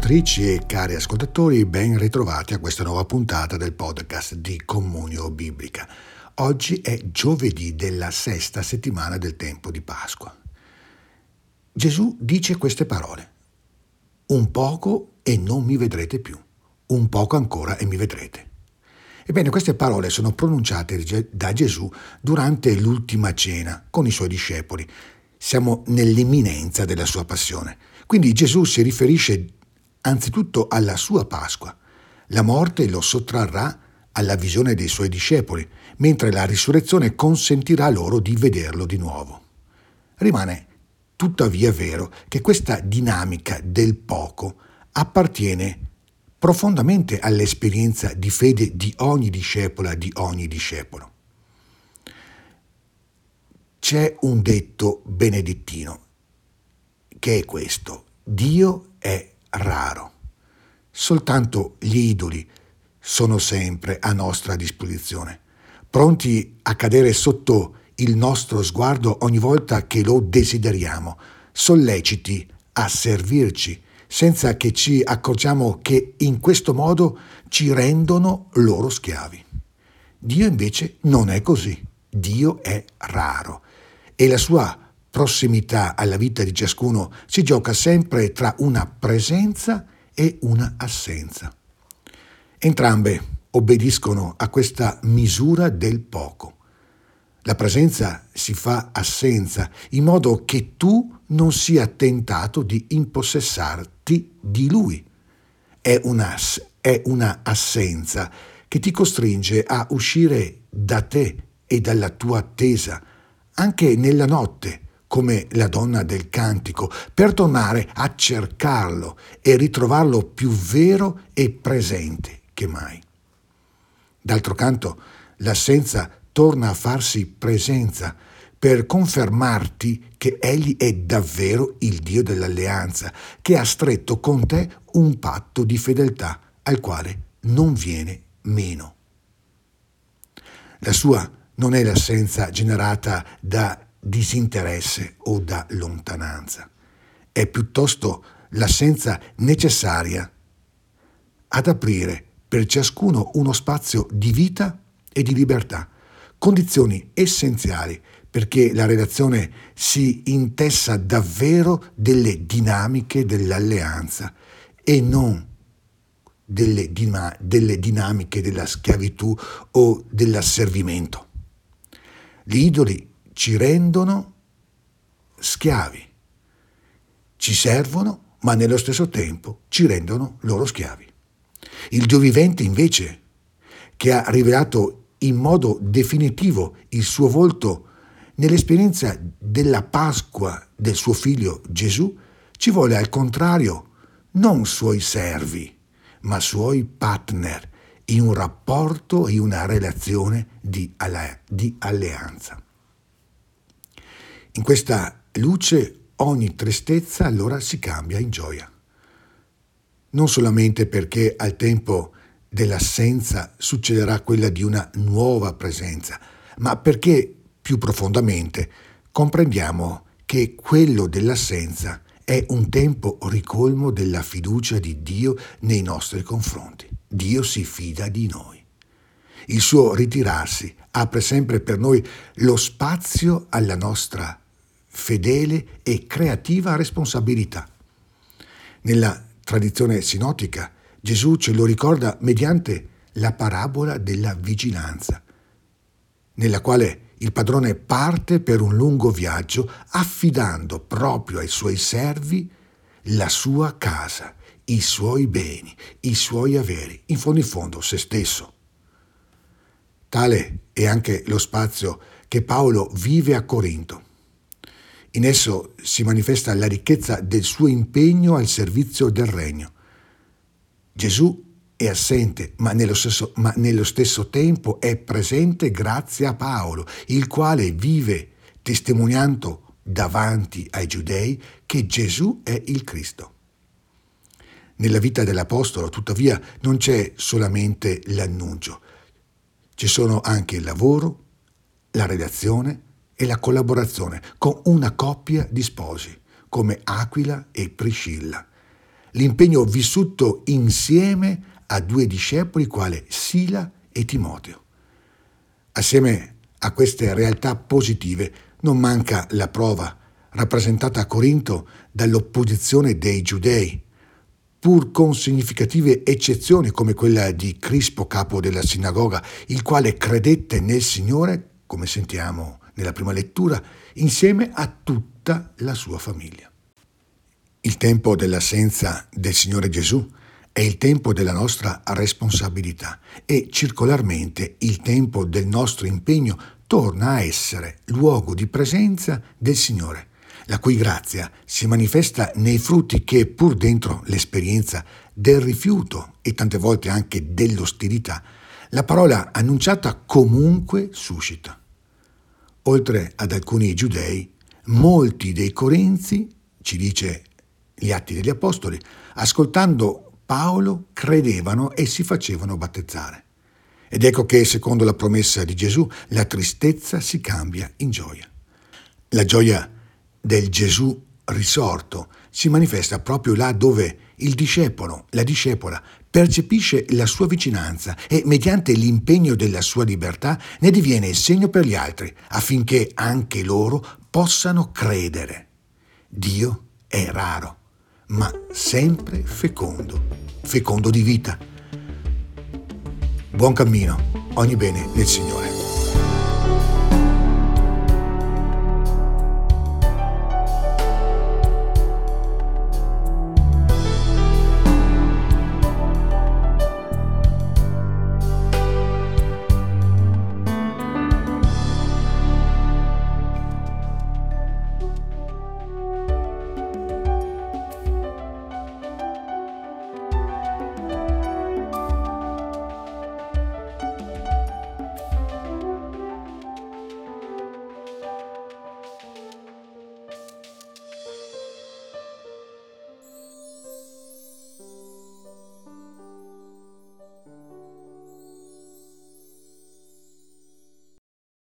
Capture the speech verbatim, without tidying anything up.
ascoltatrici e cari ascoltatori, ben ritrovati a questa nuova puntata del podcast di Comunio Biblica. Oggi è giovedì della sesta settimana del tempo di Pasqua. Gesù dice queste parole: un poco e non mi vedrete più, un poco ancora e mi vedrete. Ebbene, queste parole sono pronunciate da Gesù durante l'ultima cena con i suoi discepoli. Siamo nell'imminenza della sua passione. Quindi Gesù si riferisce anzitutto alla sua Pasqua. La morte lo sottrarrà alla visione dei suoi discepoli, mentre la risurrezione consentirà loro di vederlo di nuovo. Rimane tuttavia vero che questa dinamica del poco appartiene profondamente all'esperienza di fede di ogni discepola, di ogni discepolo. C'è un detto benedettino che è questo: Dio è raro. Soltanto gli idoli sono sempre a nostra disposizione, pronti a cadere sotto il nostro sguardo ogni volta che lo desideriamo, solleciti a servirci, senza che ci accorgiamo che in questo modo ci rendono loro schiavi. Dio invece non è così. Dio è raro e la sua prossimità alla vita di ciascuno si gioca sempre tra una presenza e una assenza. Entrambe obbediscono a questa misura del poco. La presenza si fa assenza, in modo che tu non sia tentato di impossessarti di Lui. È una, è una assenza che ti costringe a uscire da te e dalla tua attesa, anche nella notte, come la donna del cantico, per tornare a cercarlo e ritrovarlo più vero e presente che mai. D'altro canto, l'assenza torna a farsi presenza per confermarti che Egli è davvero il Dio dell'alleanza, che ha stretto con te un patto di fedeltà al quale non viene meno. La sua non è l'assenza generata da disinteresse o da lontananza, è piuttosto l'assenza necessaria ad aprire per ciascuno uno spazio di vita e di libertà, condizioni essenziali perché la relazione si intessa davvero delle dinamiche dell'alleanza e non delle, dima- delle dinamiche della schiavitù o dell'asservimento. Gli idoli ci rendono schiavi, ci servono, ma nello stesso tempo ci rendono loro schiavi. Il Dio vivente, invece, che ha rivelato in modo definitivo il suo volto nell'esperienza della Pasqua del suo figlio Gesù, ci vuole al contrario non suoi servi, ma suoi partner in un rapporto e una relazione di, alle- di alleanza. In questa luce ogni tristezza allora si cambia in gioia. Non solamente perché al tempo dell'assenza succederà quella di una nuova presenza, ma perché più profondamente comprendiamo che quello dell'assenza è un tempo ricolmo della fiducia di Dio nei nostri confronti. Dio si fida di noi. Il suo ritirarsi apre sempre per noi lo spazio alla nostra fedele e creativa responsabilità. Nella tradizione sinottica, Gesù ce lo ricorda mediante la parabola della vigilanza, nella quale il padrone parte per un lungo viaggio affidando proprio ai suoi servi la sua casa, i suoi beni, i suoi averi, in fondo in fondo se stesso. Tale è anche lo spazio che Paolo vive a Corinto. In esso si manifesta la ricchezza del suo impegno al servizio del regno. Gesù è assente, ma nello stesso, ma nello stesso tempo è presente grazie a Paolo, il quale vive testimoniando davanti ai giudei che Gesù è il Cristo. Nella vita dell'Apostolo, tuttavia, non c'è solamente l'annuncio. Ci sono anche il lavoro, la redazione e la collaborazione con una coppia di sposi, come Aquila e Priscilla. l'impegno vissuto insieme a due discepoli quale Sila e Timoteo. Assieme a queste realtà positive non manca la prova, rappresentata a Corinto dall'opposizione dei giudei, pur con significative eccezioni come quella di Crispo, capo della sinagoga, il quale credette nel Signore, come sentiamo nella prima lettura, insieme a tutta la sua famiglia. Il tempo dell'assenza del Signore Gesù è il tempo della nostra responsabilità e circolarmente il tempo del nostro impegno torna a essere luogo di presenza del Signore, la cui grazia si manifesta nei frutti che, pur dentro l'esperienza del rifiuto e tante volte anche dell'ostilità, la parola annunciata comunque suscita. Oltre ad alcuni giudei, molti dei corinzi, ci dice gli Atti degli Apostoli, ascoltando Paolo credevano e si facevano battezzare. Ed ecco che, secondo la promessa di Gesù, la tristezza si cambia in gioia. La gioia del Gesù risorto si manifesta proprio là dove il discepolo, la discepola, percepisce la sua vicinanza e, mediante l'impegno della sua libertà, ne diviene il segno per gli altri, affinché anche loro possano credere. Dio è raro, ma sempre fecondo, fecondo di vita. Buon cammino, ogni bene nel Signore.